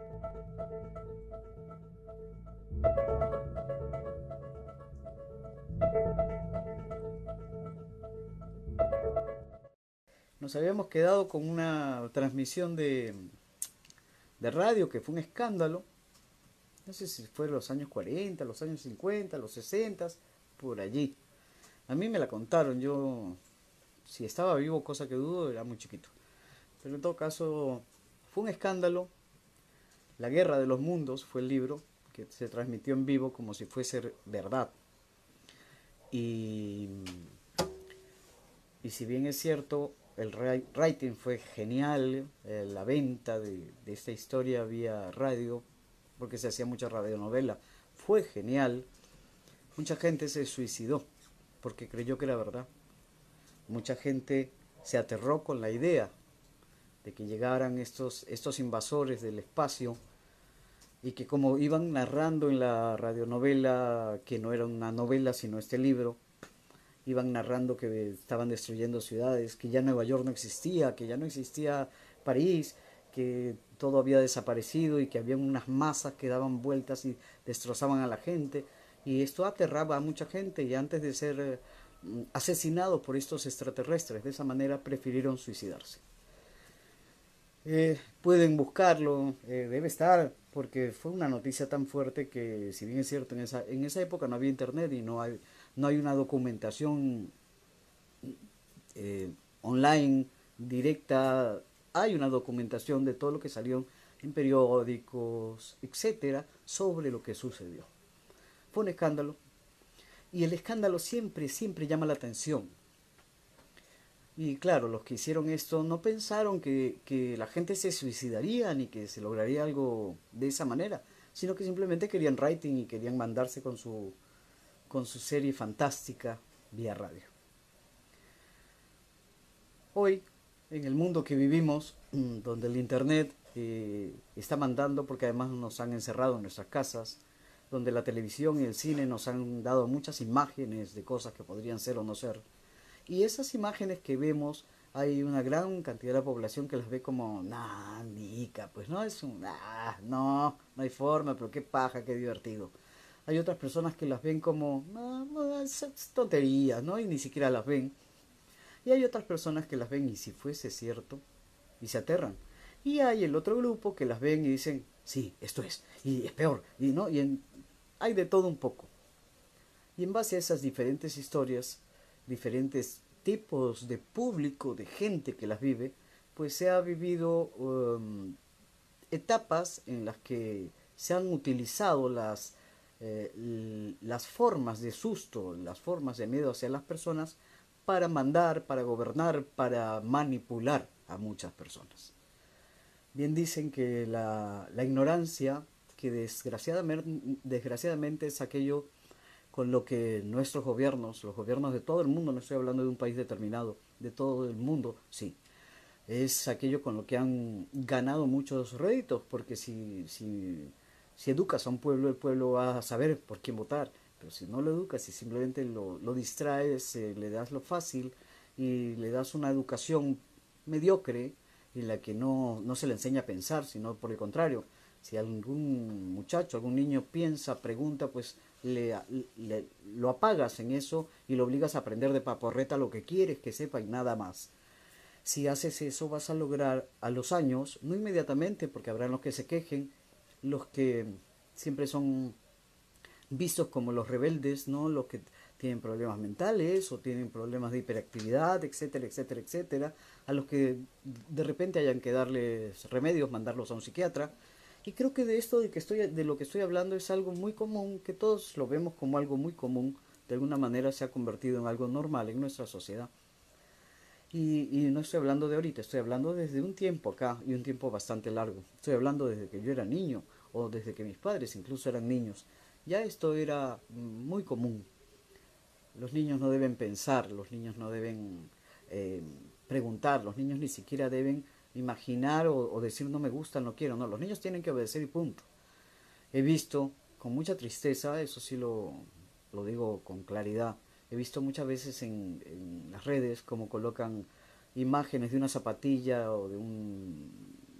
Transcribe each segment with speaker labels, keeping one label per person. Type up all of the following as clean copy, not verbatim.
Speaker 1: Nos habíamos quedado con una transmisión de radio que fue un escándalo. No sé si fue los años 40, los años 50, los 60, por allí. A mí me la contaron, yo si estaba vivo, cosa que dudo, era muy chiquito. Pero en todo caso, fue un escándalo. La Guerra de los Mundos fue el libro que se transmitió en vivo como si fuese verdad. Y, y si bien es cierto, el writing fue genial, la venta de esta historia vía radio, porque se hacía mucha radionovela, fue genial. Mucha gente se suicidó porque creyó que era verdad. Mucha gente se aterró con la idea de que llegaran estos invasores del espacio y que como iban narrando en la radionovela, que no era una novela sino este libro, iban narrando que estaban destruyendo ciudades, que ya Nueva York no existía, que ya no existía París, que todo había desaparecido y que había unas masas que daban vueltas y destrozaban a la gente. Y esto aterraba a mucha gente y antes de ser asesinados por estos extraterrestres, de esa manera prefirieron suicidarse. Pueden buscarlo, debe estar, porque fue una noticia tan fuerte que, si bien es cierto, en esa época no había internet y no hay una documentación online directa, hay una documentación de todo lo que salió en periódicos, etcétera, sobre lo que sucedió. Fue un escándalo y el escándalo siempre, siempre llama la atención. Y claro, los que hicieron esto no pensaron que la gente se suicidaría ni que se lograría algo de esa manera, sino que simplemente querían rating y querían mandarse con su serie fantástica vía radio. Hoy, en el mundo que vivimos, donde el Internet está mandando, porque además nos han encerrado en nuestras casas, donde la televisión y el cine nos han dado muchas imágenes de cosas que podrían ser o no ser, y esas imágenes que vemos, hay una gran cantidad de la población que las ve como, nah, nica, pues no es un, no, no hay forma, pero qué paja, qué divertido. Hay otras personas que las ven como, no, no, es tonterías, ¿no? Y ni siquiera las ven. Y hay otras personas que las ven y si fuese cierto, y se aterran. Y hay el otro grupo que las ven y dicen, sí, esto es, y es peor, y no, hay de todo un poco. Y en base a esas diferentes historias, diferentes tipos de público, de gente que las vive, pues se ha vivido etapas en las que se han utilizado las formas de susto, las formas de miedo hacia las personas para mandar, para gobernar, para manipular a muchas personas. Bien dicen que la ignorancia, que desgraciadamente es aquello con lo que nuestros gobiernos, los gobiernos de todo el mundo, no estoy hablando de un país determinado, de todo el mundo, sí, es aquello con lo que han ganado muchos réditos, porque si educas a un pueblo, el pueblo va a saber por quién votar, pero si no lo educas, si simplemente lo distraes, le das lo fácil y le das una educación mediocre en la que no se le enseña a pensar, sino por el contrario, si algún muchacho, algún niño piensa, pregunta, pues lo apagas en eso y lo obligas a aprender de paporreta lo que quieres que sepa y nada más. Si haces eso vas a lograr a los años, no inmediatamente, porque habrán los que se quejen, los que siempre son vistos como los rebeldes, ¿no? Los que tienen problemas mentales o tienen problemas de hiperactividad, etcétera, etcétera, etcétera, a los que de repente hayan que darles remedios, mandarlos a un psiquiatra. Y creo que de lo que estoy hablando es algo muy común, que todos lo vemos como algo muy común, de alguna manera se ha convertido en algo normal en nuestra sociedad. Y no estoy hablando de ahorita, estoy hablando desde un tiempo acá y un tiempo bastante largo. Estoy hablando desde que yo era niño o desde que mis padres incluso eran niños. Ya esto era muy común. Los niños no deben pensar, los niños no deben eh, preguntar, los niños ni siquiera deben imaginar o decir no me gusta, no quiero. No, los niños tienen que obedecer y punto. He visto con mucha tristeza, eso sí lo digo con claridad, he visto muchas veces en las redes como colocan imágenes de una zapatilla o de un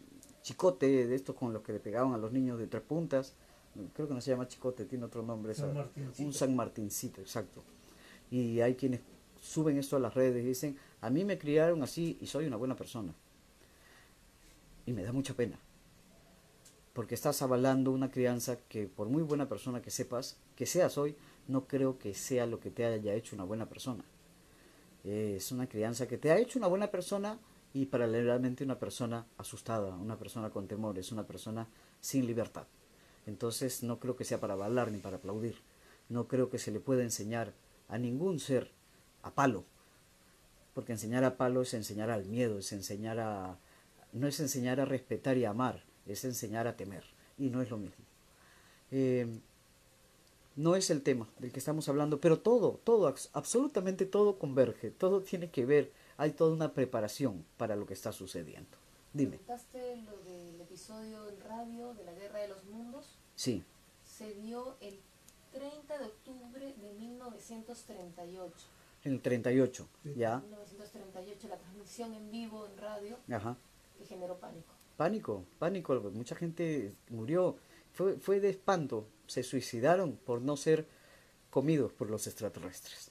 Speaker 1: chicote, de estos con los que le pegaban a los niños de 3 puntas. Creo que no se llama chicote, tiene otro nombre. Un San Martincito, exacto. Y hay quienes suben esto a las redes y dicen, a mí me criaron así y soy una buena persona. Y me da mucha pena, porque estás avalando una crianza que por muy buena persona que sepas, que seas hoy, no creo que sea lo que te haya hecho una buena persona. Es una crianza que te ha hecho una buena persona y paralelamente una persona asustada, una persona con temores, una persona sin libertad. Entonces no creo que sea para avalar ni para aplaudir. No creo que se le pueda enseñar a ningún ser a palo, porque enseñar a palo es enseñar al miedo, es enseñar a... no es enseñar a respetar y a amar, es enseñar a temer, y no es lo mismo. Eh, no es el tema del que estamos hablando, pero todo, absolutamente todo converge, todo tiene que ver, hay toda una preparación para lo que está sucediendo. Dime.
Speaker 2: ¿Comentaste lo del episodio en radio de la Guerra de los Mundos?
Speaker 1: Sí.
Speaker 2: Se dio el 30 de octubre de 1938.
Speaker 1: En el 38, sí. Ya.
Speaker 2: En 1938, la transmisión en vivo en radio.
Speaker 1: Ajá.
Speaker 2: Que generó pánico.
Speaker 1: Pánico, mucha gente murió, fue de espanto, se suicidaron por no ser comidos por los extraterrestres.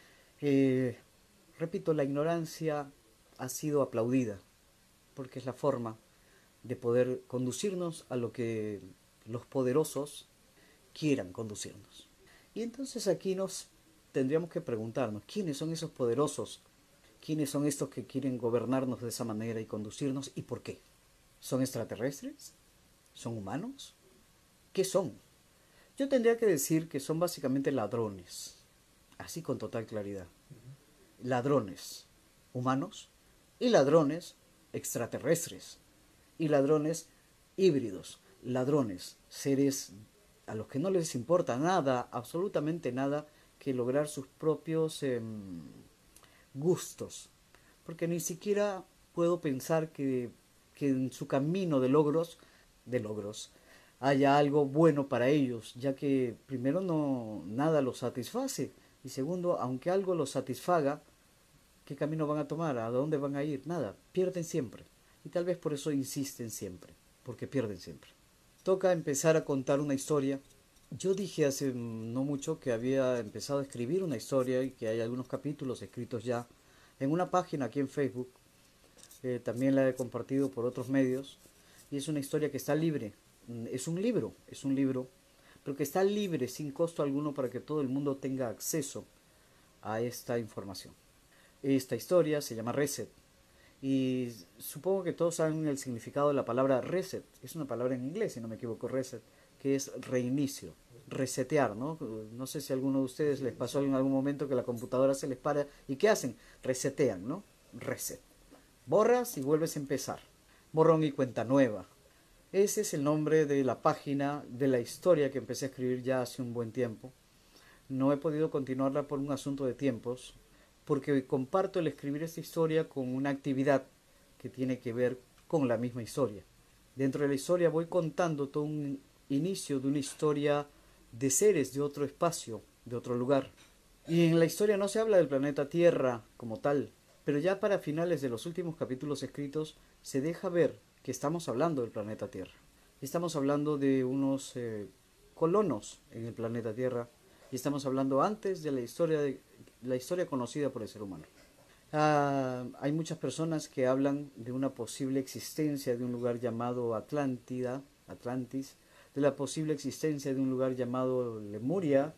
Speaker 1: Repito, la ignorancia ha sido aplaudida, porque es la forma de poder conducirnos a lo que los poderosos quieran conducirnos. Y entonces aquí nos tendríamos que preguntarnos, ¿quiénes son esos poderosos? ¿Quiénes son estos que quieren gobernarnos de esa manera y conducirnos y por qué? ¿Son extraterrestres? ¿Son humanos? ¿Qué son? Yo tendría que decir que son básicamente ladrones, así con total claridad. Ladrones humanos y ladrones extraterrestres y ladrones híbridos, ladrones, seres a los que no les importa nada, absolutamente nada, que lograr sus propios gustos, porque ni siquiera puedo pensar que en su camino de logros haya algo bueno para ellos, ya que primero no nada los satisface y segundo, aunque algo los satisfaga, ¿qué camino van a tomar? ¿A dónde van a ir? Nada, pierden siempre. Y tal vez por eso insisten siempre, porque pierden siempre. Toca empezar a contar una historia. Yo dije hace no mucho que había empezado a escribir una historia y que hay algunos capítulos escritos ya en una página aquí en Facebook. También la he compartido por otros medios. Y es una historia que está libre. Es un libro, pero que está libre sin costo alguno para que todo el mundo tenga acceso a esta información. Esta historia se llama Reset. Y supongo que todos saben el significado de la palabra reset. Es una palabra en inglés, si no me equivoco, reset, que es reinicio, resetear, ¿no? No sé si a alguno de ustedes les pasó en algún momento que la computadora se les para y ¿qué hacen? Resetean, ¿no? Reset. Borras y vuelves a empezar. Borrón y cuenta nueva. Ese es el nombre de la página de la historia que empecé a escribir ya hace un buen tiempo. No he podido continuarla por un asunto de tiempos, porque comparto el escribir esta historia con una actividad que tiene que ver con la misma historia. Dentro de la historia voy contando todo un inicio de una historia de seres de otro espacio, de otro lugar. Y en la historia no se habla del planeta Tierra como tal, pero ya para finales de los últimos capítulos escritos se deja ver que estamos hablando del planeta Tierra. Estamos hablando de unos colonos en el planeta Tierra y estamos hablando antes de la historia conocida por el ser humano. Hay muchas personas que hablan de una posible existencia de un lugar llamado Atlantis, de la posible existencia de un lugar llamado Lemuria.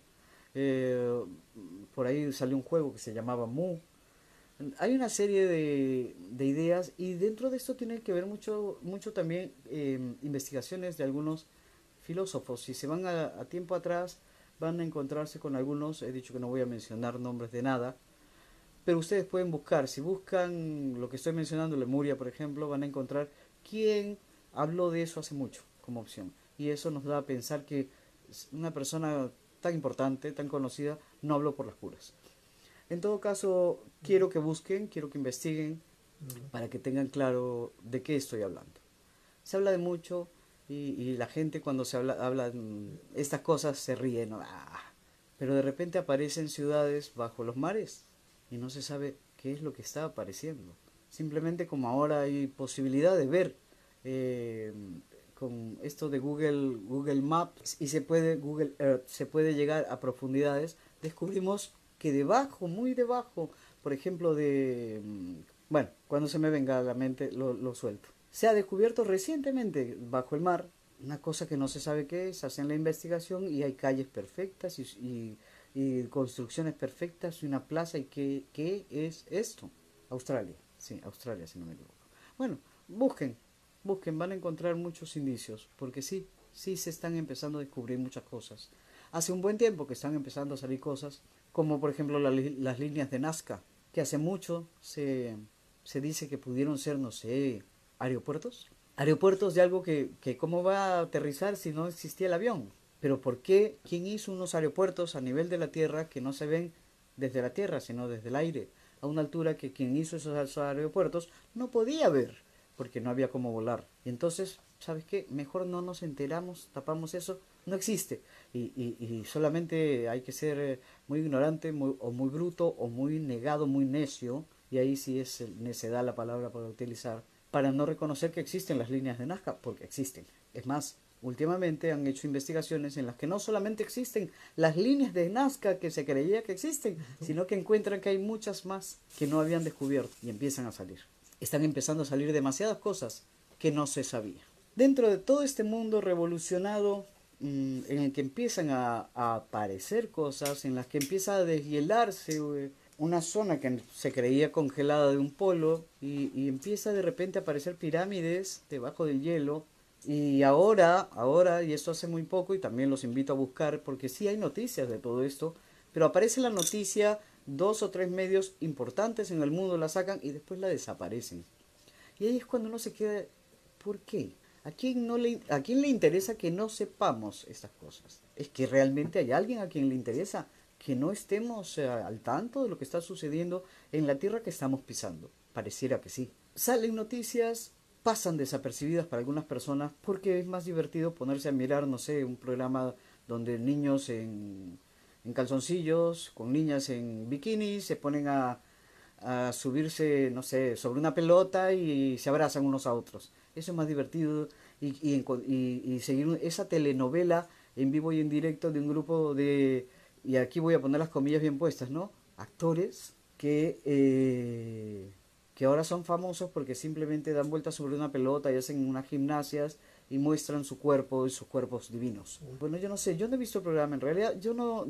Speaker 1: Por ahí salió un juego que se llamaba Mu. Hay una serie de ideas y dentro de esto tiene que ver mucho también investigaciones de algunos filósofos. Si se van a tiempo atrás van a encontrarse con algunos, he dicho que no voy a mencionar nombres de nada, pero ustedes pueden buscar, si buscan lo que estoy mencionando, Lemuria por ejemplo, van a encontrar quién habló de eso hace mucho como opción. Y eso nos da a pensar que una persona tan importante, tan conocida, no habló por las puras. En todo caso, quiero que busquen, quiero que investiguen para que tengan claro de qué estoy hablando. Se habla de mucho y la gente cuando se habla estas cosas se ríe, ¿no? Pero de repente aparecen ciudades bajo los mares y no se sabe qué es lo que está apareciendo. Simplemente como ahora hay posibilidad de ver eh, con esto de Google Maps y Google Earth, se puede llegar a profundidades, descubrimos que debajo, muy debajo, por ejemplo, bueno, cuando se me venga a la mente lo suelto. Se ha descubierto recientemente bajo el mar una cosa que no se sabe qué es, hacen la investigación y hay calles perfectas y construcciones perfectas y una plaza. ¿Y qué es esto? Australia, sí, Australia, si no me equivoco. Bueno, busquen, van a encontrar muchos indicios, porque sí, sí se están empezando a descubrir muchas cosas. Hace un buen tiempo que están empezando a salir cosas, como por ejemplo las líneas de Nazca, que hace mucho se dice que pudieron ser, no sé, aeropuertos. Aeropuertos de algo que cómo va a aterrizar si no existía el avión. Pero ¿por qué? ¿Quién hizo unos aeropuertos a nivel de la Tierra que no se ven desde la Tierra, sino desde el aire? A una altura que quien hizo esos aeropuertos no podía ver, porque no había cómo volar. Y entonces, ¿sabes qué? Mejor no nos enteramos, tapamos eso, no existe. Y solamente hay que ser muy ignorante, o muy bruto, o muy negado, muy necio, y ahí sí es necedad la palabra para utilizar, para no reconocer que existen las líneas de Nazca, porque existen. Es más, últimamente han hecho investigaciones en las que no solamente existen las líneas de Nazca que se creía que existen, sino que encuentran que hay muchas más que no habían descubierto y empiezan a salir. Están empezando a salir demasiadas cosas que no se sabía. Dentro de todo este mundo revolucionado, en el que empiezan a aparecer cosas, en las que empieza a deshielarse una zona que se creía congelada de un polo y empieza de repente a aparecer pirámides debajo del hielo. Y ahora, y esto hace muy poco, y también los invito a buscar, porque sí hay noticias de todo esto, pero aparece la noticia, 2 o 3 medios importantes en el mundo la sacan y después la desaparecen. Y ahí es cuando uno se queda, ¿por qué? ¿A quién le interesa que no sepamos estas cosas? ¿Es que realmente hay alguien a quien le interesa que no estemos al tanto de lo que está sucediendo en la tierra que estamos pisando? Pareciera que sí. Salen noticias, pasan desapercibidas para algunas personas porque es más divertido ponerse a mirar, no sé, un programa donde niños en calzoncillos, con niñas en bikini, se ponen a subirse, no sé, sobre una pelota y se abrazan unos a otros. Eso es más divertido y seguir esa telenovela en vivo y en directo de un grupo y aquí voy a poner las comillas bien puestas, ¿no? Actores que ahora son famosos porque simplemente dan vueltas sobre una pelota y hacen unas gimnasias y muestran su cuerpo y sus cuerpos divinos. Bueno, yo no sé, yo no he visto el programa, en realidad yo no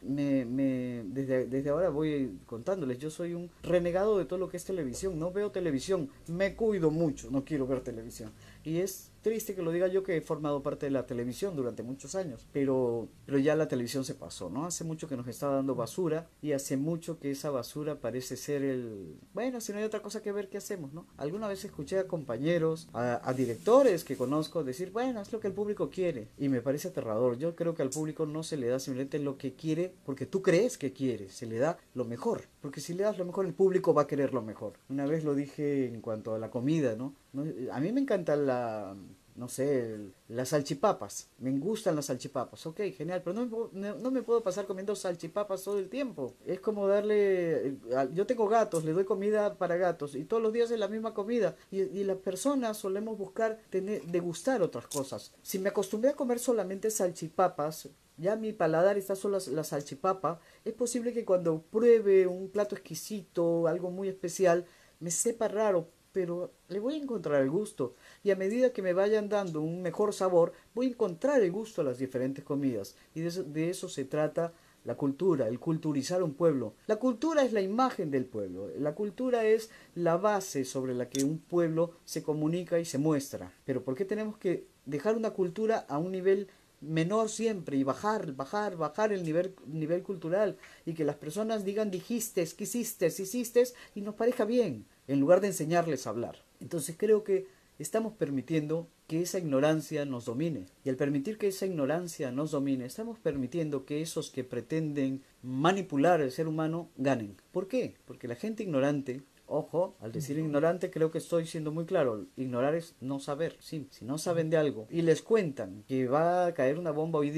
Speaker 1: desde ahora voy contándoles, yo soy un renegado de todo lo que es televisión, no veo televisión, me cuido mucho, no quiero ver televisión. Y es triste que lo diga yo, que he formado parte de la televisión durante muchos años, pero ya la televisión se pasó, ¿no? Hace mucho que nos está dando basura y hace mucho que esa basura parece ser bueno, si no hay otra cosa que ver, ¿qué hacemos, no? Alguna vez escuché a compañeros, a directores que conozco decir, bueno, es lo que el público quiere, y me parece aterrador. Yo creo que al público no se le da simplemente lo que quiere porque tú crees que quiere, se le da lo mejor, porque si le das lo mejor el público va a querer lo mejor. Una vez lo dije en cuanto a la comida, ¿no? A mí me encanta no sé, las salchipapas. Me gustan las salchipapas. Ok, genial, pero no me puedo pasar comiendo salchipapas todo el tiempo. Es como darle... Yo tengo gatos, le doy comida para gatos y todos los días es la misma comida. Y las personas solemos buscar degustar otras cosas. Si me acostumbré a comer solamente salchipapas, ya mi paladar está solo la salchipapa, es posible que cuando pruebe un plato exquisito, algo muy especial, me sepa raro, pero le voy a encontrar el gusto. Y a medida que me vayan dando un mejor sabor, voy a encontrar el gusto a las diferentes comidas. Y de eso se trata la cultura, el culturizar un pueblo. La cultura es la imagen del pueblo. La cultura es la base sobre la que un pueblo se comunica y se muestra. Pero ¿por qué tenemos que dejar una cultura a un nivel menor siempre y bajar el nivel cultural y que las personas digan dijiste, quisiste, hiciste y nos parezca bien en lugar de enseñarles a hablar? Entonces creo que estamos permitiendo que esa ignorancia nos domine. Y al permitir que esa ignorancia nos domine, estamos permitiendo que esos que pretenden manipular al ser humano ganen. ¿Por qué? Porque la gente ignorante, ojo, al decir ignorante creo que estoy siendo muy claro, ignorar es no saber. Sí, si no saben de algo y les cuentan que va a caer una bomba hoy día,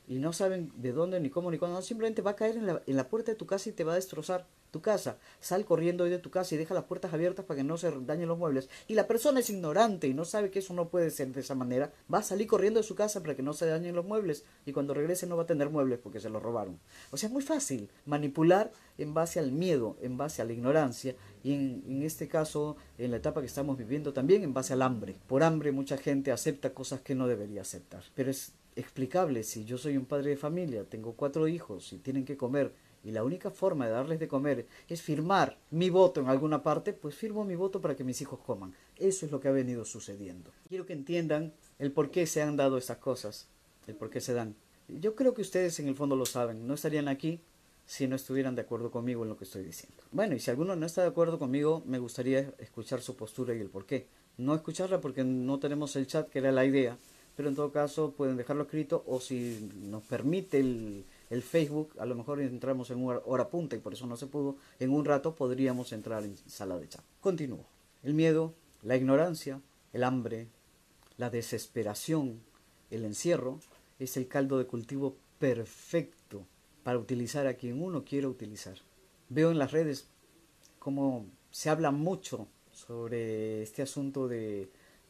Speaker 1: y no saben de dónde, ni cómo, ni cuándo, no, simplemente va a caer en la puerta de tu casa y te va a destrozar tu casa. Sal corriendo hoy de tu casa y deja las puertas abiertas para que no se dañen los muebles. Y la persona es ignorante y no sabe que eso no puede ser de esa manera. Va a salir corriendo de su casa para que no se dañen los muebles y cuando regrese no va a tener muebles porque se los robaron. O sea, es muy fácil manipular en base al miedo, en base a la ignorancia y en este caso, en la etapa que estamos viviendo también en base al hambre. Por hambre mucha gente acepta cosas que no debería aceptar. Pero es explicable, si yo soy un padre de familia, tengo 4 hijos y tienen que comer y la única forma de darles de comer es firmar mi voto en alguna parte, pues firmo mi voto para que mis hijos coman. Eso es lo que ha venido sucediendo. Quiero que entiendan el por qué se han dado estas cosas, el por qué se dan. Yo creo que ustedes en el fondo lo saben, no estarían aquí si no estuvieran de acuerdo conmigo en lo que estoy diciendo. Bueno, y si alguno no está de acuerdo conmigo, me gustaría escuchar su postura y el por qué. No escucharla porque no tenemos el chat, que era la idea, pero en todo caso pueden dejarlo escrito o si nos permite el Facebook, a lo mejor entramos en una hora punta y por eso no se pudo, en un rato podríamos entrar en sala de chat. Continúo. El miedo, la ignorancia, el hambre, la desesperación, el encierro, es el caldo de cultivo perfecto para utilizar a quien uno quiera utilizar. Veo en las redes cómo se habla mucho sobre este asunto de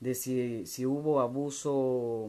Speaker 1: si hubo abuso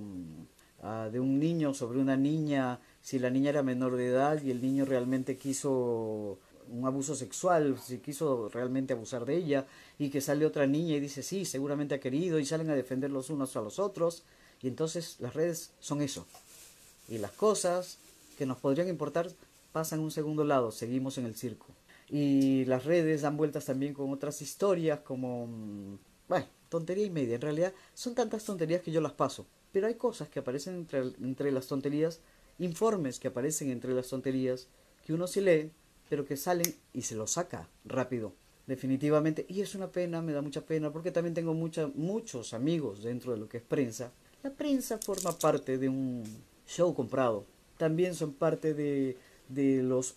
Speaker 1: de un niño sobre una niña, si la niña era menor de edad y el niño realmente quiso un abuso sexual, si quiso realmente abusar de ella, y que sale otra niña y dice sí, seguramente ha querido, y salen a defender los unos a los otros, y entonces las redes son eso. Y las cosas que nos podrían importar pasan a un segundo lado, seguimos en el circo. Y las redes dan vueltas también con otras historias como, bueno, tontería y media. En realidad son tantas tonterías que yo las paso. Pero hay cosas que aparecen entre las tonterías, informes que aparecen entre las tonterías, que uno sí lee, pero que salen y se los saca rápido. Definitivamente, y es una pena, me da mucha pena, porque también tengo muchos amigos dentro de lo que es prensa. La prensa forma parte de un show comprado. También son parte de los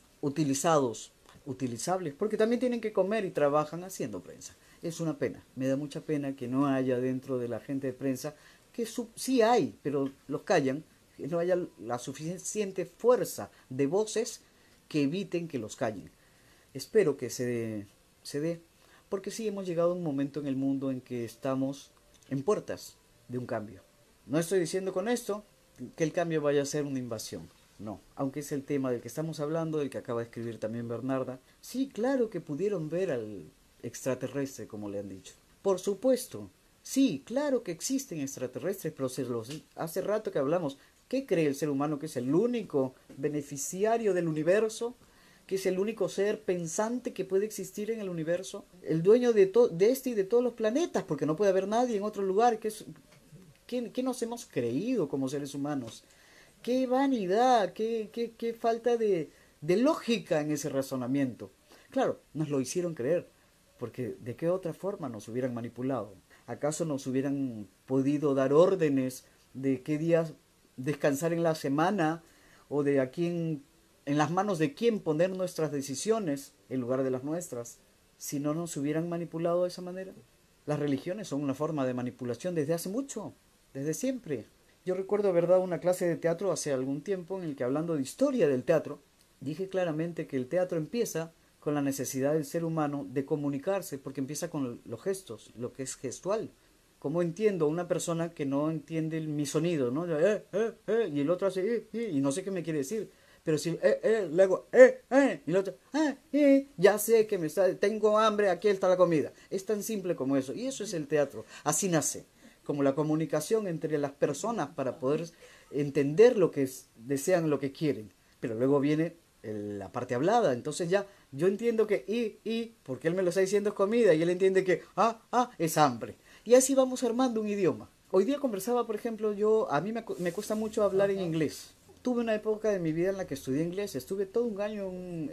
Speaker 1: utilizables, porque también tienen que comer y trabajan haciendo prensa. Es una pena, me da mucha pena que no haya dentro de la gente de prensa, que sí hay, pero los callan, que no haya la suficiente fuerza de voces que eviten que los callen. Espero que se dé, porque sí hemos llegado a un momento en el mundo en que estamos en puertas de un cambio. No estoy diciendo con esto que el cambio vaya a ser una invasión, no, aunque es el tema del que estamos hablando, del que acaba de escribir también Bernarda. Sí, claro que pudieron ver al extraterrestre, como le han dicho. Por supuesto, sí, claro que existen extraterrestres, pero hace rato que hablamos. ¿Qué cree el ser humano que es el único beneficiario del universo? ¿Que es el único ser pensante que puede existir en el universo? El dueño de este y de todos los planetas, porque no puede haber nadie en otro lugar. ¿Qué nos hemos creído como seres humanos? Qué vanidad, qué falta de lógica en ese razonamiento. Claro, nos lo hicieron creer, porque ¿de qué otra forma nos hubieran manipulado? ¿Acaso nos hubieran podido dar órdenes de qué días descansar en la semana o de a quién, en las manos de quién poner nuestras decisiones en lugar de las nuestras, si no nos hubieran manipulado de esa manera? Las religiones son una forma de manipulación desde hace mucho, desde siempre. Yo recuerdo haber dado una clase de teatro hace algún tiempo en el que, hablando de historia del teatro, dije claramente que el teatro empieza con la necesidad del ser humano de comunicarse, porque empieza con los gestos, lo que es gestual. ¿Cómo entiendo a una persona que no entiende mi sonido, ¿no? Y el otro hace, y no sé qué me quiere decir. Pero si, luego, y el otro, ya sé que tengo hambre, aquí está la comida. Es tan simple como eso. Y eso es el teatro. Así nace. Como la comunicación entre las personas para poder entender lo que desean, lo que quieren. Pero luego viene la parte hablada, entonces ya yo entiendo que porque él me lo está diciendo es comida y él entiende que es hambre. Y así vamos armando un idioma. Hoy día conversaba, por ejemplo, a mí me cuesta mucho hablar en inglés. Tuve una época de mi vida en la que estudié inglés, estuve todo un año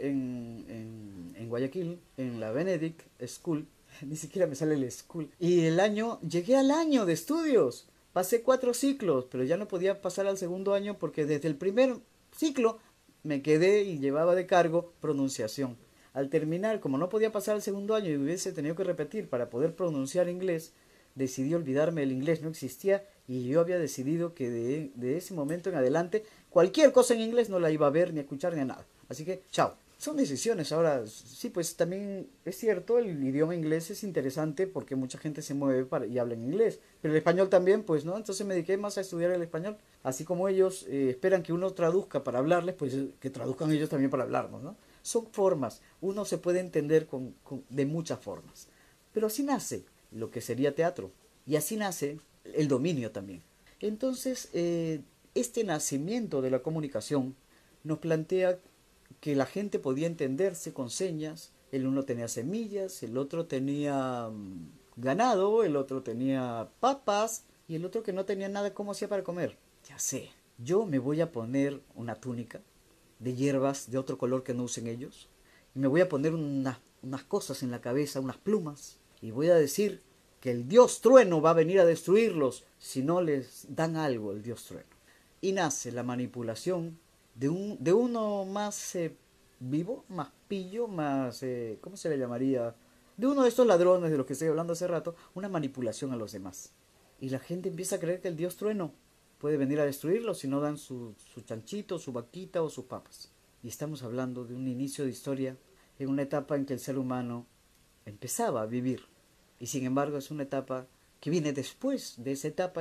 Speaker 1: en Guayaquil, en la Benedict School, ni siquiera me sale el school. Y llegué al año de estudios. Pasé 4 ciclos, pero ya no podía pasar al segundo año porque desde el primer ciclo me quedé y llevaba de cargo pronunciación. Al terminar, como no podía pasar al segundo año y hubiese tenido que repetir para poder pronunciar inglés, decidí olvidarme del inglés, no existía Y yo había decidido que de ese momento en adelante cualquier cosa en inglés no la iba a ver, ni a escuchar, ni a nada. Así que, chao. Son decisiones. Ahora, sí, pues también es cierto, el idioma inglés es interesante porque mucha gente se mueve y habla en inglés. Pero el español también, pues, ¿no? Entonces me dediqué más a estudiar el español. Así como ellos esperan que uno traduzca para hablarles, pues que traduzcan ellos también para hablarnos, ¿no? Son formas. Uno se puede entender de muchas formas. Pero así nace lo que sería teatro. Y así nace el dominio también. Entonces, este nacimiento de la comunicación nos plantea que la gente podía entenderse con señas. El uno tenía semillas, el otro tenía ganado, el otro tenía papas y el otro que no tenía nada, ¿cómo hacía para comer? Ya sé, yo me voy a poner una túnica de hierbas de otro color que no usen ellos y me voy a poner unas cosas en la cabeza, unas plumas y voy a decir que el dios trueno va a venir a destruirlos si no les dan algo el dios trueno. Y nace la manipulación de uno más vivo, más pillo, más, ¿cómo se le llamaría? De uno de estos ladrones de los que estoy hablando hace rato, una manipulación a los demás. Y la gente empieza a creer que el dios trueno puede venir a destruirlos si no dan su chanchito, su vaquita o sus papas. Y estamos hablando de un inicio de historia en una etapa en que el ser humano empezaba a vivir. Y sin embargo es una etapa que viene después de esa etapa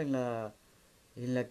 Speaker 1: en la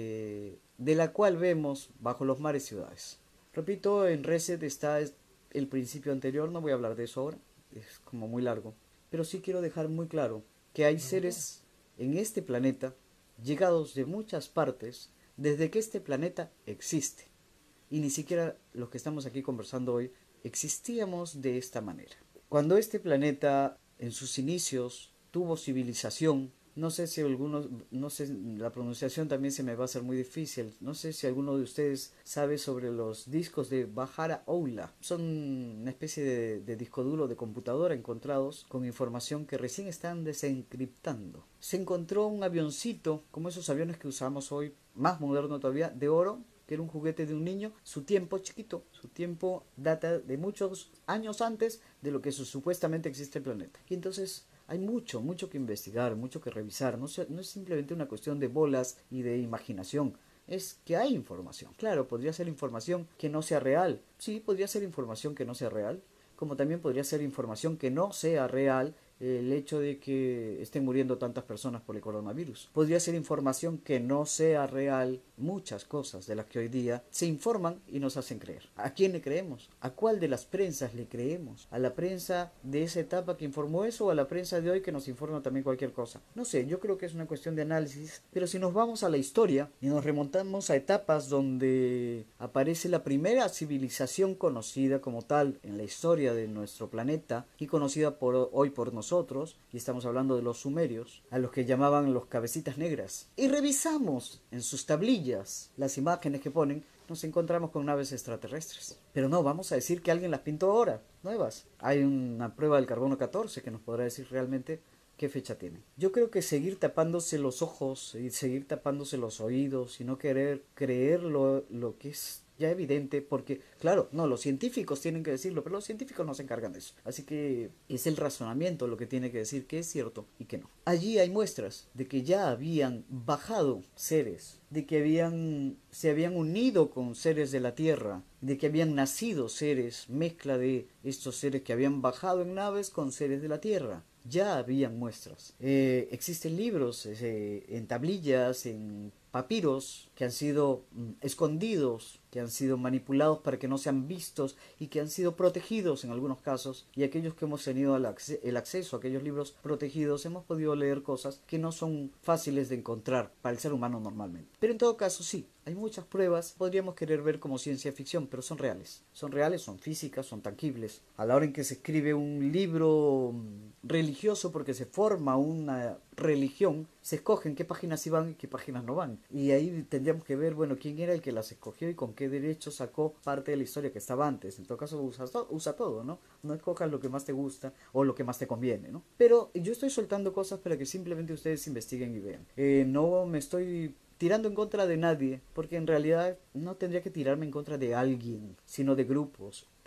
Speaker 1: que de la cual vemos bajo los mares ciudades. Repito, en Reset está el principio anterior, no voy a hablar de eso ahora, es como muy largo, pero sí quiero dejar muy claro que hay seres en este planeta llegados de muchas partes desde que este planeta existe. Y ni siquiera los que estamos aquí conversando hoy existíamos de esta manera. Cuando este planeta en sus inicios tuvo civilización, no sé si algunos, no sé, la pronunciación también se me va a hacer muy difícil. No sé si alguno de ustedes sabe sobre los discos de Bajara Oula. Son una especie de disco duro de computadora encontrados con información que recién están desencriptando. Se encontró un avioncito, como esos aviones que usamos hoy, más moderno todavía, de oro, que era un juguete de un niño. Su tiempo chiquito, su tiempo data de muchos años antes de lo que supuestamente existe el planeta. Y entonces hay mucho que investigar, mucho que revisar. No es simplemente una cuestión de bolas y de imaginación. Es que hay información. Claro, podría ser información que no sea real. Sí, podría ser información que no sea real. Como también podría ser información que no sea real el hecho de que estén muriendo tantas personas por el coronavirus. Podría ser información que no sea real, muchas cosas de las que hoy día se informan y nos hacen creer. ¿A quién le creemos? ¿A cuál de las prensas le creemos? ¿A la prensa de esa etapa que informó eso o a la prensa de hoy que nos informa también cualquier cosa? No sé, yo creo que es una cuestión de análisis, pero si nos vamos a la historia y nos remontamos a etapas donde aparece la primera civilización conocida como tal en la historia de nuestro planeta y conocida hoy por nosotros, y estamos hablando de los sumerios, a los que llamaban los cabecitas negras, y revisamos en sus tablillas las imágenes que ponen, nos encontramos con naves extraterrestres. Pero no, vamos a decir que alguien las pintó ahora, nuevas. Hay una prueba del carbono 14 que nos podrá decir realmente qué fecha tienen. Yo creo que seguir tapándose los ojos y seguir tapándose los oídos y no querer creer lo que es ya evidente, porque claro, no, los científicos tienen que decirlo, pero los científicos no se encargan de eso. Así que es el razonamiento lo que tiene que decir que es cierto y que no. Allí hay muestras de que ya habían bajado seres, de que se habían unido con seres de la Tierra, de que habían nacido seres, mezcla de estos seres que habían bajado en naves con seres de la Tierra. Ya habían muestras. Existen libros en tablillas, en papiros que han sido escondidos, que han sido manipulados para que no sean vistos y que han sido protegidos en algunos casos, y aquellos que hemos tenido el acceso a aquellos libros protegidos hemos podido leer cosas que no son fáciles de encontrar para el ser humano normalmente. Pero en todo caso sí, hay muchas pruebas, podríamos querer ver como ciencia ficción, pero son reales, son físicas, son tangibles. A la hora en que se escribe un libro religioso porque se forma una religión, se escogen qué páginas sí van y qué páginas no van. Y ahí tendríamos que ver, bueno, quién era el que las escogió y con qué derecho sacó parte de la historia que estaba antes. En todo caso, usa todo, ¿no? No escojas lo que más te gusta o lo que más te conviene, ¿no? Pero yo estoy soltando cosas para que simplemente ustedes investiguen y vean. No me estoy tirando en contra de nadie, porque en realidad no tendría que tirarme en contra de alguien, sino de grupos,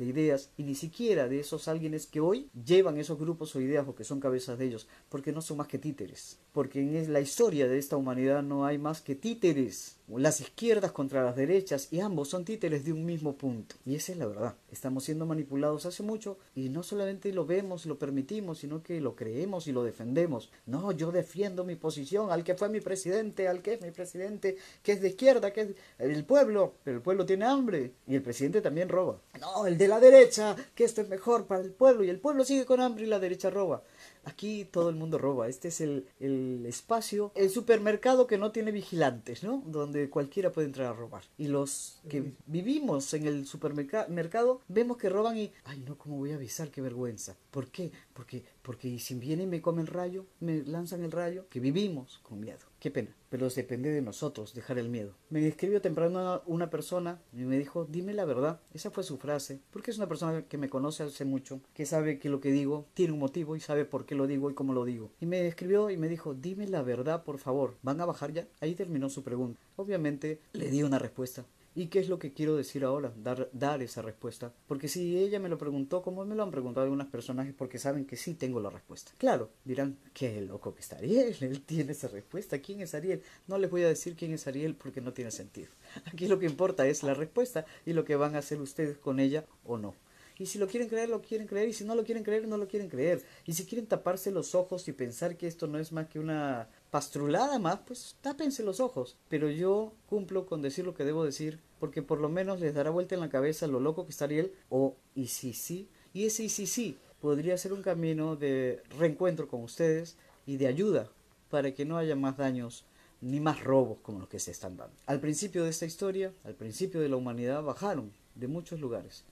Speaker 1: de ideas, y ni siquiera de esos alguienes que hoy llevan esos grupos o ideas o que son cabezas de ellos, porque no son más que títeres, porque en la historia de esta humanidad no hay más que títeres, las izquierdas contra las derechas, y ambos son títeres de un mismo punto, y esa es la verdad. Estamos siendo manipulados hace mucho, y no solamente lo vemos, lo permitimos, sino que lo creemos y lo defendemos. No, yo defiendo mi posición, al que fue mi presidente, al que es mi presidente, que es de izquierda, que es el pueblo, pero el pueblo tiene hambre, y el presidente también roba. No, el de la derecha, que esto es mejor para el pueblo, y el pueblo sigue con hambre y la derecha roba. Aquí todo el mundo roba. Este es el espacio, el supermercado que no tiene vigilantes, ¿no? Donde cualquiera puede entrar a robar. Y los que vivimos en el supermercado vemos que roban y... Ay, no, ¿cómo voy a avisar? Qué vergüenza. ¿Por qué? Porque si vienen y me comen el rayo, me lanzan el rayo, que vivimos con miedo. Qué pena. Pero depende de nosotros dejar el miedo. Me escribió temprano una persona y me dijo, dime la verdad. Esa fue su frase. Porque es una persona que me conoce hace mucho, que sabe que lo que digo tiene un motivo y sabe por qué lo digo y cómo lo digo. Y me escribió y me dijo, dime la verdad, por favor. ¿Van a bajar ya? Ahí terminó su pregunta. Obviamente le di una respuesta. ¿Y qué es lo que quiero decir ahora? Dar esa respuesta. Porque si ella me lo preguntó, como me lo han preguntado algunas personas, es porque saben que sí tengo la respuesta. Claro, dirán, qué loco que está Ariel, él tiene esa respuesta. ¿Quién es Ariel? No les voy a decir quién es Ariel porque no tiene sentido. Aquí lo que importa es la respuesta y lo que van a hacer ustedes con ella o no. Y si lo quieren creer, lo quieren creer. Y si no lo quieren creer, no lo quieren creer. Y si quieren taparse los ojos y pensar que esto no es más que una pastrulada más, pues tápense los ojos. Pero yo cumplo con decir lo que debo decir, porque por lo menos les dará vuelta en la cabeza lo loco que está Ariel. O, y si sí. Y ese y si sí podría ser un camino de reencuentro con ustedes y de ayuda para que no haya más daños ni más robos como los que se están dando. Al principio de esta historia, al principio de la humanidad, bajaron de muchos lugares.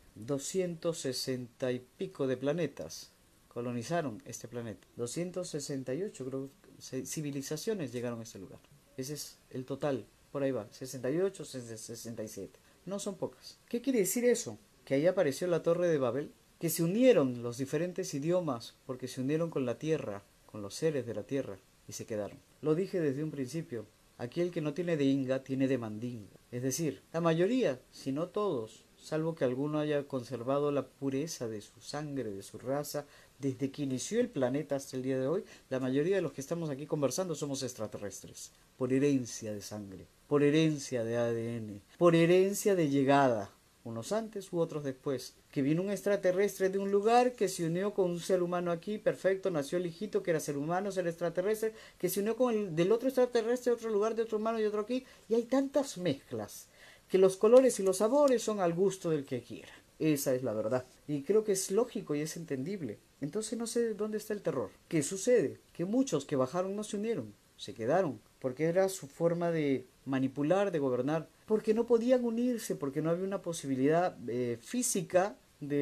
Speaker 1: 260 y pico de planetas colonizaron este planeta. 268 creo, civilizaciones llegaron a este lugar. Ese es el total, por ahí va, 68, 67. No son pocas. ¿Qué quiere decir eso? Que ahí apareció la Torre de Babel, que se unieron los diferentes idiomas porque se unieron con la tierra, con los seres de la tierra, y se quedaron. Lo dije desde un principio, aquí el que no tiene de inga tiene de mandinga. Es decir, la mayoría, si no todos, salvo que alguno haya conservado la pureza de su sangre, de su raza, desde que inició el planeta hasta el día de hoy, la mayoría de los que estamos aquí conversando somos extraterrestres, por herencia de sangre, por herencia de ADN, por herencia de llegada, unos antes u otros después, que vino un extraterrestre de un lugar que se unió con un ser humano aquí, perfecto, nació el hijito que era ser humano, ser extraterrestre, que se unió con el del otro extraterrestre de otro lugar, de otro humano y otro aquí, y hay tantas mezclas que los colores y los sabores son al gusto del que quiera. Esa es la verdad. Y creo que es lógico y es entendible. Entonces no sé dónde está el terror. ¿Qué sucede? Que muchos que bajaron no se unieron, se quedaron, porque era su forma de manipular, de gobernar, porque no podían unirse, porque no había una posibilidad física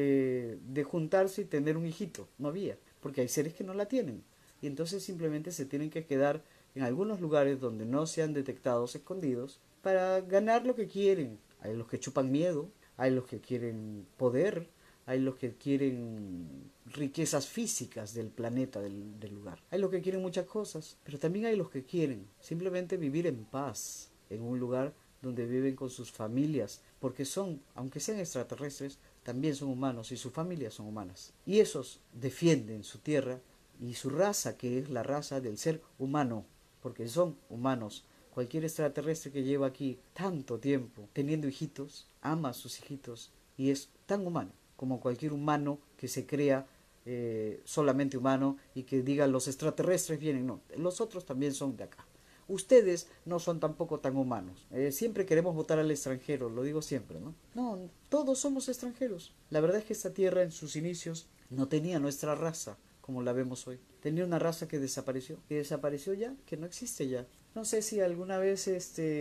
Speaker 1: de juntarse y tener un hijito. No había, porque hay seres que no la tienen. Y entonces simplemente se tienen que quedar en algunos lugares donde no sean detectados, escondidos, para ganar lo que quieren. Hay los que chupan miedo, hay los que quieren poder, hay los que quieren riquezas físicas del planeta, del lugar. Hay los que quieren muchas cosas, pero también hay los que quieren simplemente vivir en paz, en un lugar donde viven con sus familias, porque son, aunque sean extraterrestres, también son humanos y sus familias son humanas. Y esos defienden su tierra y su raza, que es la raza del ser humano, porque son humanos. Cualquier extraterrestre que lleva aquí tanto tiempo teniendo hijitos, ama a sus hijitos y es tan humano como cualquier humano que se crea solamente humano y que diga los extraterrestres vienen. No, los otros también son de acá. Ustedes no son tampoco tan humanos. Siempre queremos votar al extranjero, lo digo siempre, ¿no? No, todos somos extranjeros. La verdad es que esta tierra en sus inicios no tenía nuestra raza como la vemos hoy. Tenía una raza que desapareció ya, que no existe ya. No sé si alguna vez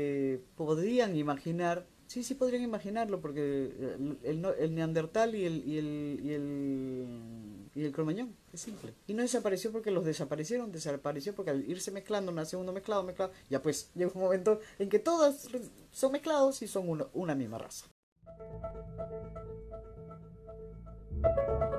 Speaker 1: podrían imaginar, sí podrían imaginarlo, porque el neandertal y el cromañón, es simple. Y no desapareció porque los desapareció porque al irse mezclando nace uno mezclado, ya pues llega un momento en que todos son mezclados y son una misma raza.